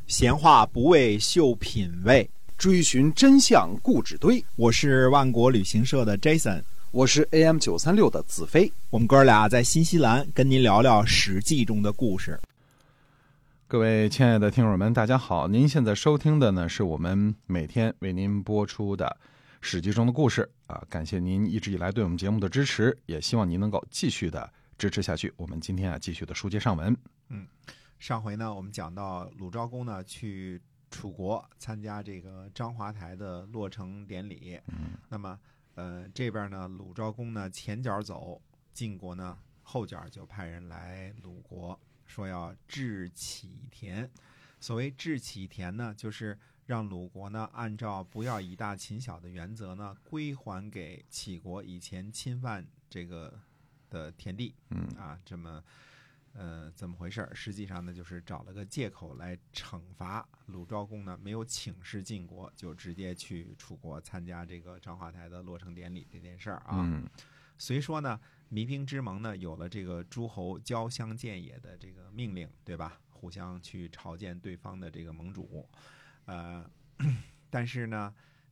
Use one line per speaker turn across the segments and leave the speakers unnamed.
闲话不为秀品味，
追寻真相故纸堆。
我是万国旅行社的 Jason，
我是 AM936 的子飞。
我们哥俩在新西兰跟您聊聊《史记》中的故事。
各位亲爱的听友们，大家好！您现在收听的呢，是我们每天为您播出的《史记》中的故事啊！感谢您一直以来对我们节目的支持，也希望您能够继续的支持下去。我们今天继续的书接上文。
上回呢，我们讲到鲁昭公呢去楚国参加这个章华台的落成典礼。那么这边呢，鲁昭公呢前脚走晋国呢，后脚就派人来鲁国，说要置启田。所谓置启田呢，就是让鲁国呢按照不要以大侵小的原则呢，归还给齐国以前侵犯这个的田地。怎么回事？实际上呢，就是找了个借口来惩罚鲁昭公呢，没有请示晋国，就直接去楚国参加这个章华台的落成典礼这件事儿啊。虽说呢，弭兵之盟呢有了这个诸侯交相见也的这个命令，对吧？互相去朝见对方的这个盟主，但是呢，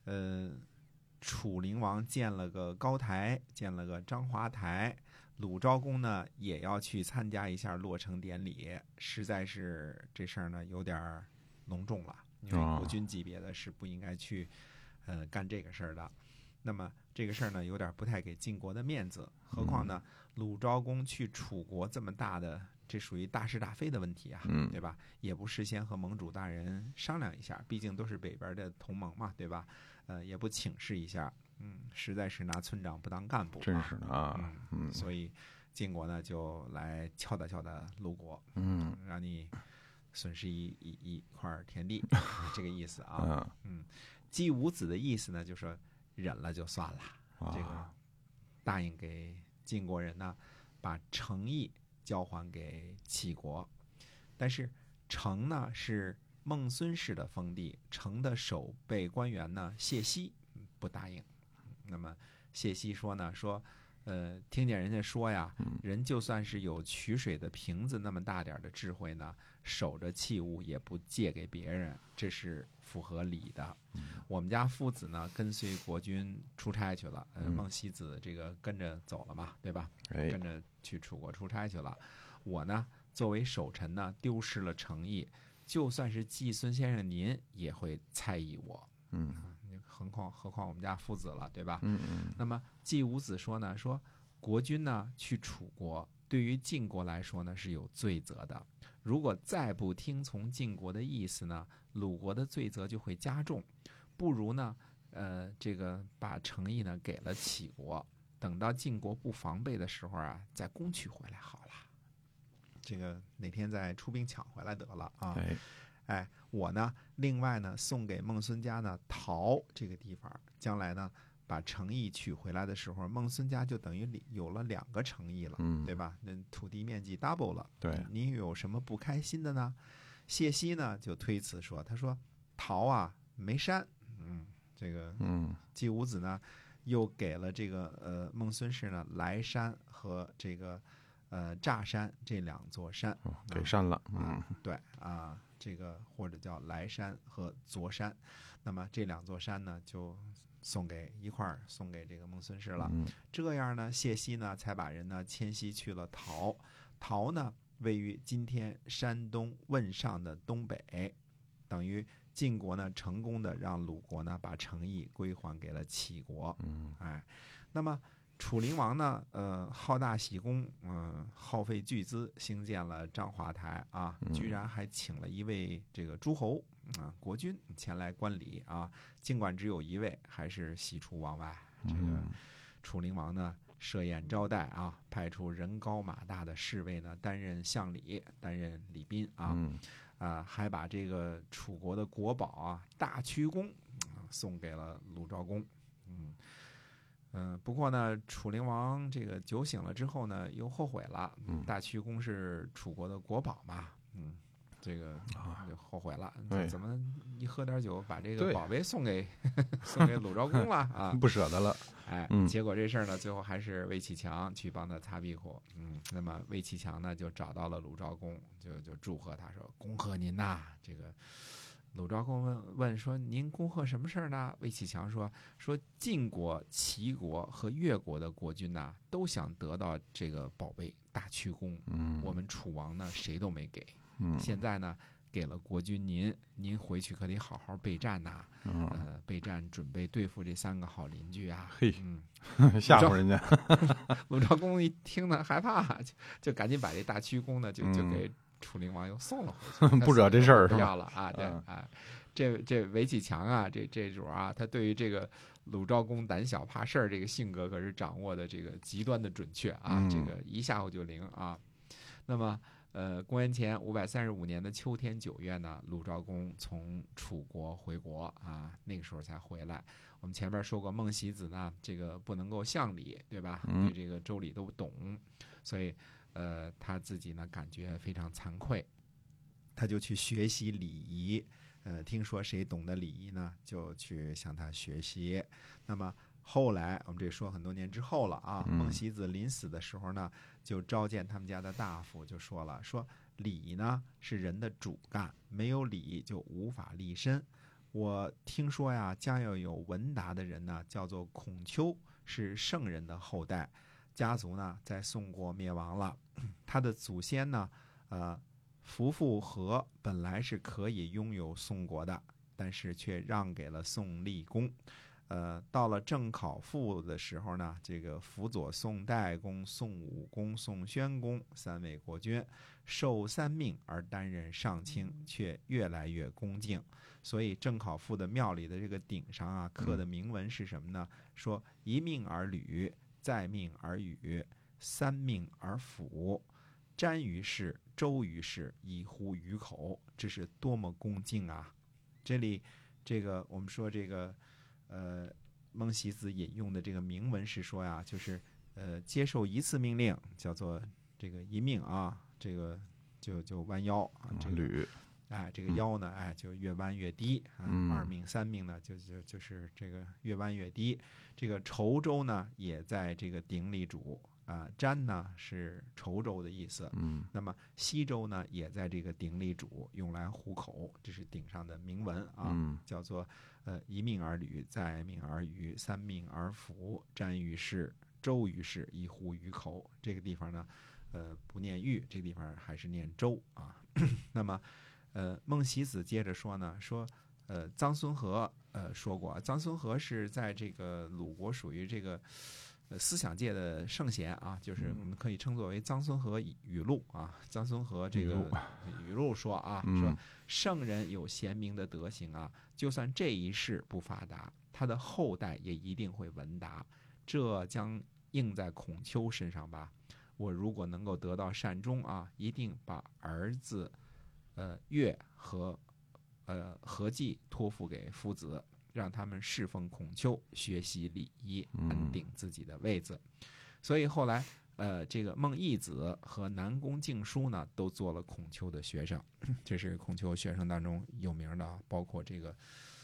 楚灵王建了个高台，建了个章华台。鲁昭公呢也要去参加一下落成典礼，实在是这事儿呢有点隆重了，因为国君级别的是不应该去干这个事儿的。那么这个事儿呢有点不太给晋国的面子，何况呢鲁昭公去楚国这么大的，这属于大是大非的问题啊，对吧？也不事先和盟主大人商量一下，毕竟都是北边的同盟嘛，对吧？也不请示一下。实在是拿村长不当干部，
真是的啊。
所以晋国呢就来敲打敲打鲁国，让你损失一块田地，这个意思啊。季武子的意思呢，就说忍了就算了，这个答应给晋国人呢，把成邑交还给齐国，但是成呢是孟孙氏的封地，成的守备官员呢谢熙不答应。那么谢熙说呢，听见人家说呀，人就算是有取水的瓶子那么大点的智慧呢，守着器物也不借给别人，这是符合理的。我们家父子呢跟随国君出差去了，孟西子这个跟着走了嘛，对吧？跟着去楚国出差去了。我呢作为守臣呢丢失了诚意，就算是季孙先生您也会猜疑我。何况我们家父子了，对吧？那么季武子说呢，说国君呢去楚国，对于晋国来说呢是有罪责的。如果再不听从晋国的意思呢，鲁国的罪责就会加重。不如呢，这个把诚意呢给了齐国，等到晋国不防备的时候啊，再攻取回来好了。这个哪天再出兵抢回来得了啊。我呢，另外呢，送给孟孙家呢陶这个地方，将来呢把诚邑取回来的时候，孟孙家就等于有了2个诚邑了，对吧？那土地面积 double 了。
对，
你有什么不开心的呢？谢熙呢就推辞说，他说陶啊没山，季武子呢又给了这个孟孙氏呢莱山和这个乍山这2座山，
给山了。
对啊。这个或者叫莱山和左山，那么这2座山呢，就送给这个孟孙氏了。这样呢，谢熙呢才把人呢迁徙去了陶。陶呢位于今天山东汶上的东北，等于晋国呢成功的让鲁国呢把诚邑归还给了齐国。那么楚灵王呢，好大喜功，耗费巨资兴建了章华台啊，居然还请了一位这个诸侯国君前来观礼啊。尽管只有1位，还是喜出望外。这个楚灵王呢设宴招待啊，派出人高马大的侍卫呢担任相礼，担任礼宾啊，还把这个楚国的国宝啊大曲弓送给了鲁昭公。不过呢，楚灵王这个酒醒了之后呢，又后悔了。大曲弓是楚国的国宝嘛， 这个就后悔了，
对
怎么一喝点酒把这
对
个宝贝送给鲁昭公了啊？
不舍得了。
哎，结果这事儿呢，最后还是魏启强去帮他擦屁股。那么魏启强呢，就找到了鲁昭公，就祝贺他说：“恭贺您呐！”这个鲁昭公问说：“您恭贺什么事儿呢？”魏启强说：“晋国、齐国和越国的国君呐，都想得到这个宝贝大曲弓。我们楚王呢，谁都没给。现在呢，给了国君您回去可得好好备战呐。备战准备对付这3个好邻居啊。”
嘿，吓唬人家。
鲁昭公一听呢，害怕，就赶紧把这大曲弓呢，就给楚灵王又送了回去。
不惹这事儿是吧？
不要了啊！对啊，这韦启强啊，这主啊，他对于这个鲁昭公胆小怕事儿这个性格，可是掌握的这个极端的准确啊，这个一吓唬就灵啊。那么。公元前535年的秋天9月呢，鲁昭公从楚国回国啊，那个时候才回来。我们前面说过，孟喜子呢，这个不能够向礼，对吧？对这个周礼都懂，所以他自己呢感觉非常惭愧，他就去学习礼仪。听说谁懂得礼仪呢，就去向他学习。那么后来我们这说很多年之后了啊，孟喜子临死的时候呢，就召见他们家的大夫，就说了，说礼呢是人的主干，没有礼就无法立身。我听说呀，将要有文达的人呢，叫做孔丘，是圣人的后代，家族呢在宋国灭亡了。他的祖先呢，伏复和本来是可以拥有宋国的，但是却让给了宋厉公。到了郑考父的时候呢，这个辅佐宋代公、宋武公、宋宣公3位国君，受3命而担任上卿，却越来越恭敬。所以郑考父的庙里的这个顶上啊，刻的铭文是什么呢？说1命而履，再命而语，3命而辅，瞻于世，周于世，以乎于口。这是多么恭敬啊！这里这个我们说这个。孟喜子引用的这个铭文是说呀，就是接受1次命令叫做这个1命啊，这个就弯腰啊，这个
履，
这个腰呢，就越弯越低啊。2命3命呢，就是这个越弯越低。这个稠州呢，也在这个鼎里煮啊，瞻呢是稠州的意思。那么西周呢，也在这个鼎里煮，用来糊口。这是鼎上的铭文啊，叫做1命而履，再命而语，3命而辅，瞻于世，周于世，以乎于口。这个地方呢，不念玉，这个地方还是念周啊。那么，孟喜子接着说呢，说臧孙和说过，臧孙和是在这个鲁国属于这个思想界的圣贤啊，就是我们可以称作为臧孙和语录啊。臧孙和这个语录说啊，说圣人有贤明的德行啊，就算这一世不发达，他的后代也一定会闻达。这将应在孔丘身上吧。我如果能够得到善终啊，一定把儿子乐和和季托付给夫子，让他们侍奉孔丘，学习礼仪，安定自己的位子。所以后来这个孟义子和南宫敬叔呢，都做了孔丘的学生。这是孔丘学生当中有名的，包括这个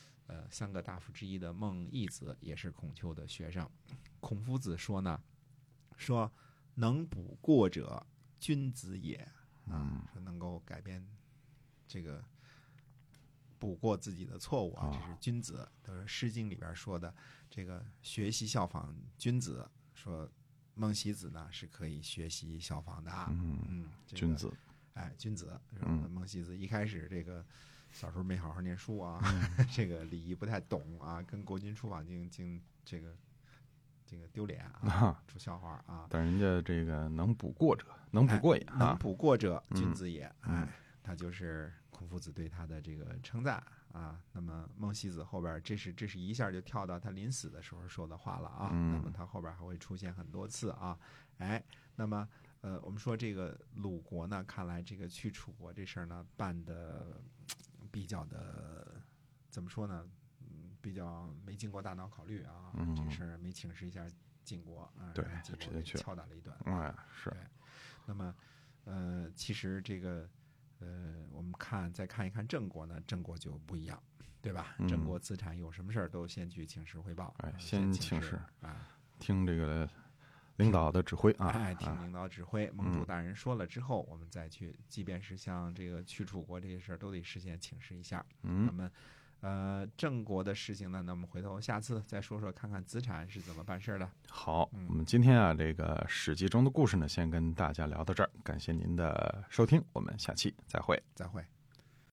3个大夫之一的孟义子也是孔丘的学生。孔夫子说呢，说能补过者，君子也啊，说能够改变这个补过自己的错误啊，这是君子。都是《诗经》里边说的这个学习效仿君子，说孟喜子呢是可以学习效仿的。这个、
君子，
君子。孟喜子一开始这个小时候没好好念书啊，这个礼仪不太懂啊，跟国君出访经这个丢脸啊，出笑话啊。
但人家这个能补过者，能补过也，
能补过者，君子也。他就是孔夫子对他的这个称赞啊。那么孟喜子后边，这是一下就跳到他临死的时候说的话了啊。那么他后边还会出现很多次啊。那么我们说这个鲁国呢，看来这个去楚国这事儿呢办的比较的怎么说呢？比较没经过大脑考虑啊。这事儿没请示一下晋国啊，
对，
直接去敲打了一顿。
是。
对。那么其实这个我们再看一看郑国呢，郑国就不一样，对吧？郑国资产有什么事儿都先去请示汇报，
先请示
啊，
听这个领导的指挥啊，
听领导指挥。盟主大人说了之后，我们再去，即便是像这个去楚国这些事儿，都得事先请示一下。那么，郑国的事情呢，那么回头下次再说说，看看子产是怎么办事的。
好，我们今天啊，这个《史记》中的故事呢，先跟大家聊到这儿，感谢您的收听，我们下期再会。
再会。